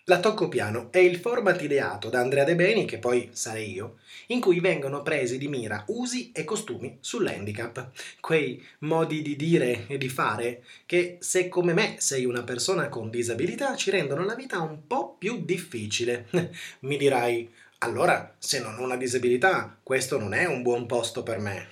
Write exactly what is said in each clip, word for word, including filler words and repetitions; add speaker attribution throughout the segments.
Speaker 1: La Tocco Piano è il format ideato da Andrea De Beni, che poi sarei io, in cui vengono presi di mira usi e costumi sull'handicap, quei modi di dire e di fare che, se come me sei una persona con disabilità, ci rendono la vita un po' più difficile. Mi dirai, allora, se non ho una disabilità, questo non è un buon posto per me.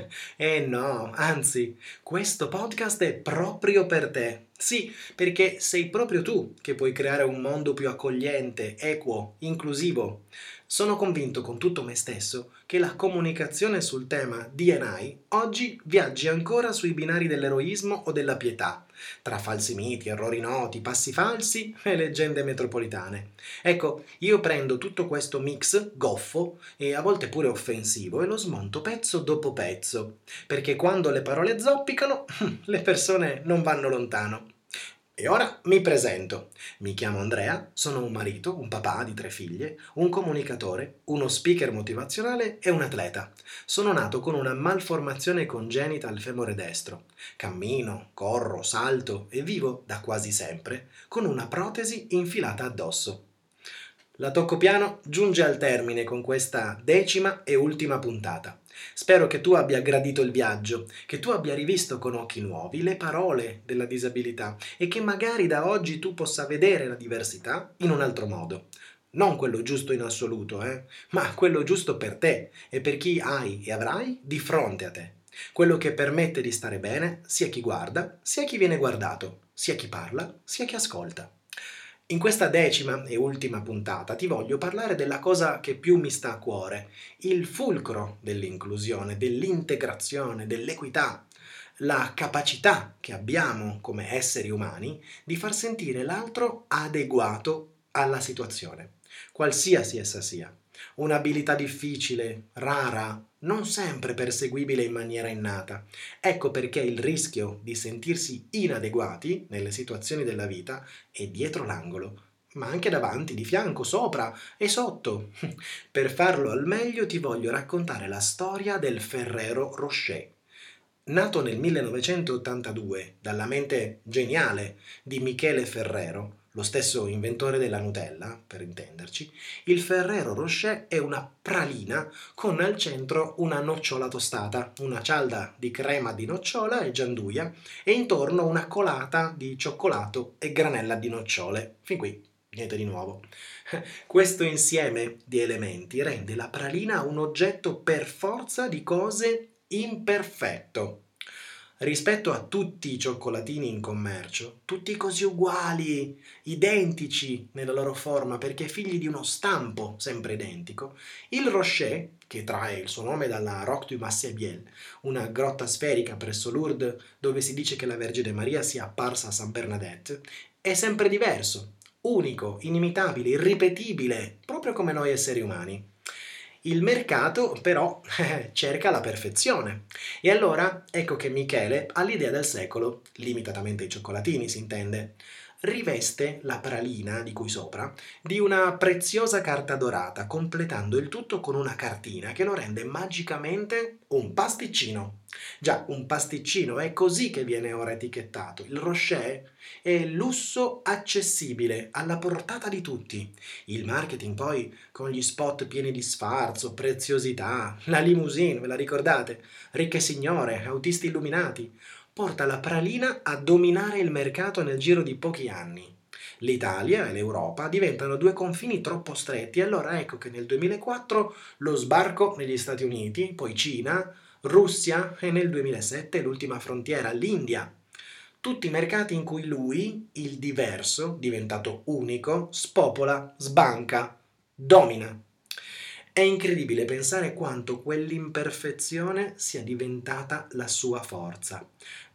Speaker 1: Eh no, anzi, questo podcast è proprio per te. Sì, perché sei proprio tu che puoi creare un mondo più accogliente, equo, inclusivo. Sono convinto con tutto me stesso che la comunicazione sul tema D and I oggi viaggi ancora sui binari dell'eroismo o della pietà, tra falsi miti, errori noti, passi falsi e leggende metropolitane. Ecco, io prendo tutto questo mix goffo e a volte pure offensivo e lo smonto pezzo dopo pezzo, perché quando le parole zoppicano, le persone non vanno lontano. E ora mi presento. Mi chiamo Andrea, sono un marito, un papà di tre figlie, un comunicatore, uno speaker motivazionale e un atleta. Sono nato con una malformazione congenita al femore destro. Cammino, corro, salto e vivo da quasi sempre con una protesi infilata addosso. La Tocco Piano giunge al termine con questa decima e ultima puntata. Spero che tu abbia gradito il viaggio, che tu abbia rivisto con occhi nuovi le parole della disabilità e che magari da oggi tu possa vedere la diversità in un altro modo. Non quello giusto in assoluto, eh, ma quello giusto per te e per chi hai e avrai di fronte a te. Quello che permette di stare bene sia chi guarda, sia chi viene guardato, sia chi parla, sia chi ascolta. In questa decima e ultima puntata ti voglio parlare della cosa che più mi sta a cuore, il fulcro dell'inclusione, dell'integrazione, dell'equità, la capacità che abbiamo come esseri umani di far sentire l'altro adeguato alla situazione, qualsiasi essa sia. Un'abilità difficile, rara, non sempre perseguibile in maniera innata. Ecco perché il rischio di sentirsi inadeguati nelle situazioni della vita è dietro l'angolo, ma anche davanti, di fianco, sopra e sotto. Per farlo al meglio ti voglio raccontare la storia del Ferrero Rocher. Nato nel millenovecentottantadue dalla mente geniale di Michele Ferrero, lo stesso inventore della Nutella, per intenderci, il Ferrero Rocher è una pralina con al centro una nocciola tostata, una cialda di crema di nocciola e gianduia e intorno una colata di cioccolato e granella di nocciole. Fin qui, niente di nuovo. Questo insieme di elementi rende la pralina un oggetto per forza di cose imperfetto. Rispetto a tutti i cioccolatini in commercio, tutti così uguali, identici nella loro forma perché figli di uno stampo sempre identico, il Rocher, che trae il suo nome dalla Roque du Massabielle, una grotta sferica presso Lourdes dove si dice che la Vergine Maria sia apparsa a San Bernadette, è sempre diverso, unico, inimitabile, irripetibile, proprio come noi esseri umani. Il mercato però cerca la perfezione e allora ecco che Michele ha l'idea del secolo, limitatamente ai cioccolatini si intende, riveste la pralina di cui sopra di una preziosa carta dorata, completando il tutto con una cartina che lo rende magicamente un pasticcino. Già, un pasticcino è così che viene ora etichettato. Il Rocher è lusso accessibile, alla portata di tutti. Il marketing poi con gli spot pieni di sfarzo, preziosità, la limousine, ve la ricordate? Ricche signore, autisti illuminati, porta la pralina a dominare il mercato nel giro di pochi anni. L'Italia e l'Europa diventano due confini troppo stretti e allora ecco che nel duemilaquattro lo sbarco negli Stati Uniti, poi Cina, Russia e nel duemilasette l'ultima frontiera, l'India. Tutti mercati in cui lui, il diverso, diventato unico, spopola, sbanca, domina. È incredibile pensare quanto quell'imperfezione sia diventata la sua forza.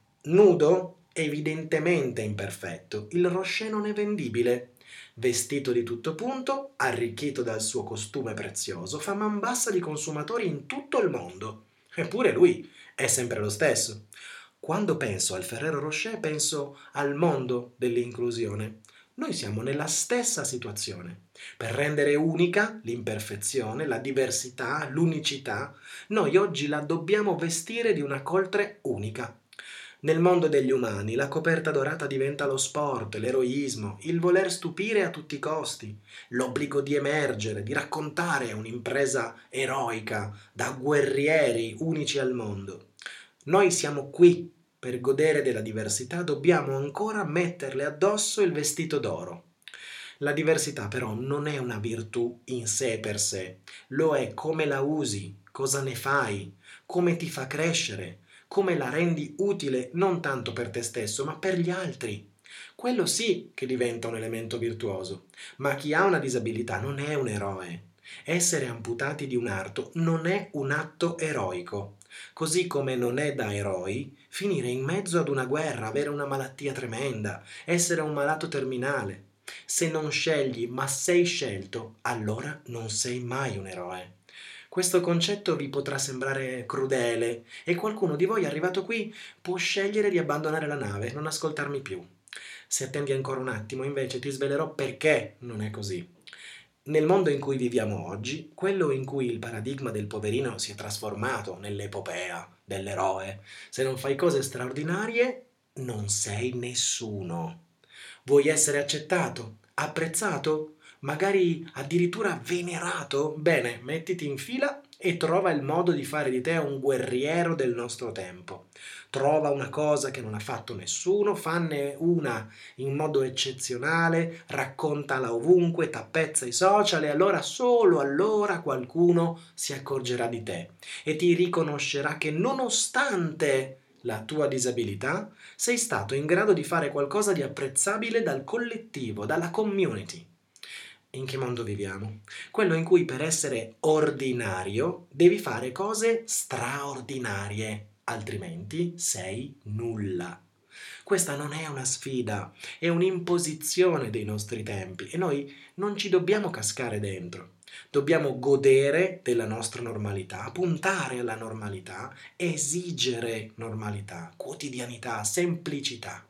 Speaker 1: Nudo? Evidentemente imperfetto. Il Rocher non è vendibile. Vestito di tutto punto, arricchito dal suo costume prezioso, fa man bassa di consumatori in tutto il mondo. Eppure lui è sempre lo stesso. Quando penso al Ferrero Rocher penso al mondo dell'inclusione. Noi siamo nella stessa situazione. Per rendere unica l'imperfezione, la diversità, l'unicità, noi oggi la dobbiamo vestire di una coltre unica. Nel mondo degli umani la coperta dorata diventa lo sport, l'eroismo, il voler stupire a tutti i costi, l'obbligo di emergere, di raccontare un'impresa eroica da guerrieri unici al mondo. Noi siamo qui per godere della diversità, dobbiamo ancora metterle addosso il vestito d'oro. La diversità però non è una virtù in sé per sé, lo è come la usi, cosa ne fai, come ti fa crescere, come la rendi utile non tanto per te stesso, ma per gli altri. Quello sì che diventa un elemento virtuoso. Ma chi ha una disabilità non è un eroe. Essere amputati di un arto non è un atto eroico. Così come non è da eroi finire in mezzo ad una guerra, avere una malattia tremenda, essere un malato terminale. Se non scegli ma sei scelto, allora non sei mai un eroe. Questo concetto vi potrà sembrare crudele e qualcuno di voi arrivato qui può scegliere di abbandonare la nave, non ascoltarmi più. Se attendi ancora un attimo, invece, ti svelerò perché non è così. Nel mondo in cui viviamo oggi, quello in cui il paradigma del poverino si è trasformato nell'epopea dell'eroe, se non fai cose straordinarie, non sei nessuno. Vuoi essere accettato, apprezzato, magari addirittura venerato? Bene, mettiti in fila e trova il modo di fare di te un guerriero del nostro tempo. Trova una cosa che non ha fatto nessuno, fanne una in modo eccezionale, raccontala ovunque, tappezza i social e allora, solo allora, qualcuno si accorgerà di te e ti riconoscerà che nonostante la tua disabilità sei stato in grado di fare qualcosa di apprezzabile dal collettivo, dalla community. In che mondo viviamo? Quello in cui per essere ordinario devi fare cose straordinarie, altrimenti sei nulla. Questa non è una sfida, è un'imposizione dei nostri tempi e noi non ci dobbiamo cascare dentro. Dobbiamo godere della nostra normalità, puntare alla normalità, esigere normalità, quotidianità, semplicità.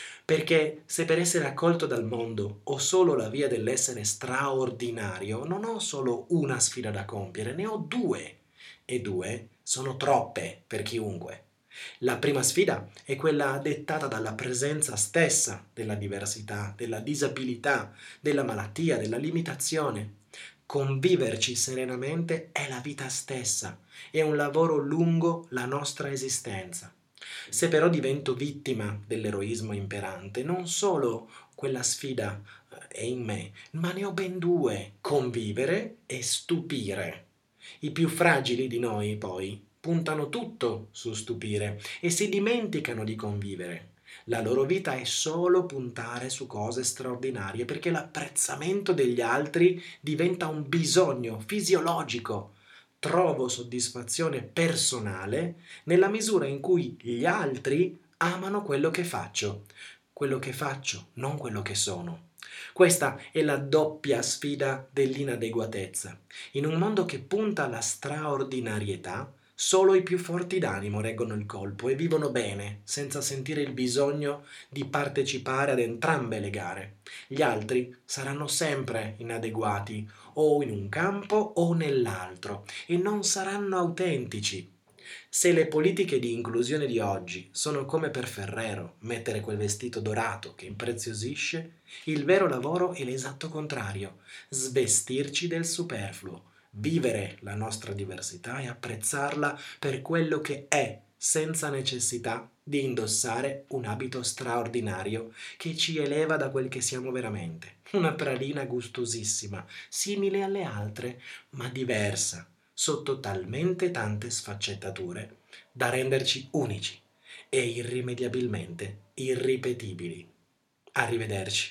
Speaker 1: Perché se per essere accolto dal mondo ho solo la via dell'essere straordinario, non ho solo una sfida da compiere, ne ho due. E due sono troppe per chiunque. La prima sfida è quella dettata dalla presenza stessa della diversità, della disabilità, della malattia, della limitazione. Conviverci serenamente è la vita stessa, è un lavoro lungo la nostra esistenza. Se però divento vittima dell'eroismo imperante, non solo quella sfida è in me, ma ne ho ben due: convivere e stupire. I più fragili di noi, poi, puntano tutto su stupire e si dimenticano di convivere. La loro vita è solo puntare su cose straordinarie, perché l'apprezzamento degli altri diventa un bisogno fisiologico. Trovo soddisfazione personale nella misura in cui gli altri amano quello che faccio. Quello che faccio, non quello che sono. Questa è la doppia sfida dell'inadeguatezza. In un mondo che punta alla straordinarietà, solo i più forti d'animo reggono il colpo e vivono bene, senza sentire il bisogno di partecipare ad entrambe le gare. Gli altri saranno sempre inadeguati, o in un campo o nell'altro, e non saranno autentici. Se le politiche di inclusione di oggi sono come per Ferrero, mettere quel vestito dorato che impreziosisce, il vero lavoro è l'esatto contrario: svestirci del superfluo, vivere la nostra diversità e apprezzarla per quello che è, senza necessità di indossare un abito straordinario che ci eleva da quel che siamo veramente. Una pralina gustosissima, simile alle altre, ma diversa, sotto talmente tante sfaccettature da renderci unici e irrimediabilmente irripetibili. Arrivederci.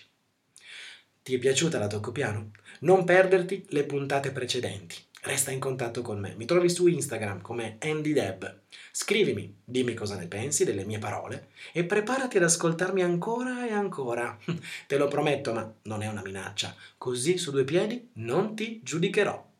Speaker 1: Ti è piaciuta la Toccopiano? Non perderti le puntate precedenti. Resta in contatto con me. Mi trovi su Instagram come AndyDeb. Scrivimi, dimmi cosa ne pensi delle mie parole e preparati ad ascoltarmi ancora e ancora. Te lo prometto, ma non è una minaccia. Così su due piedi non ti giudicherò.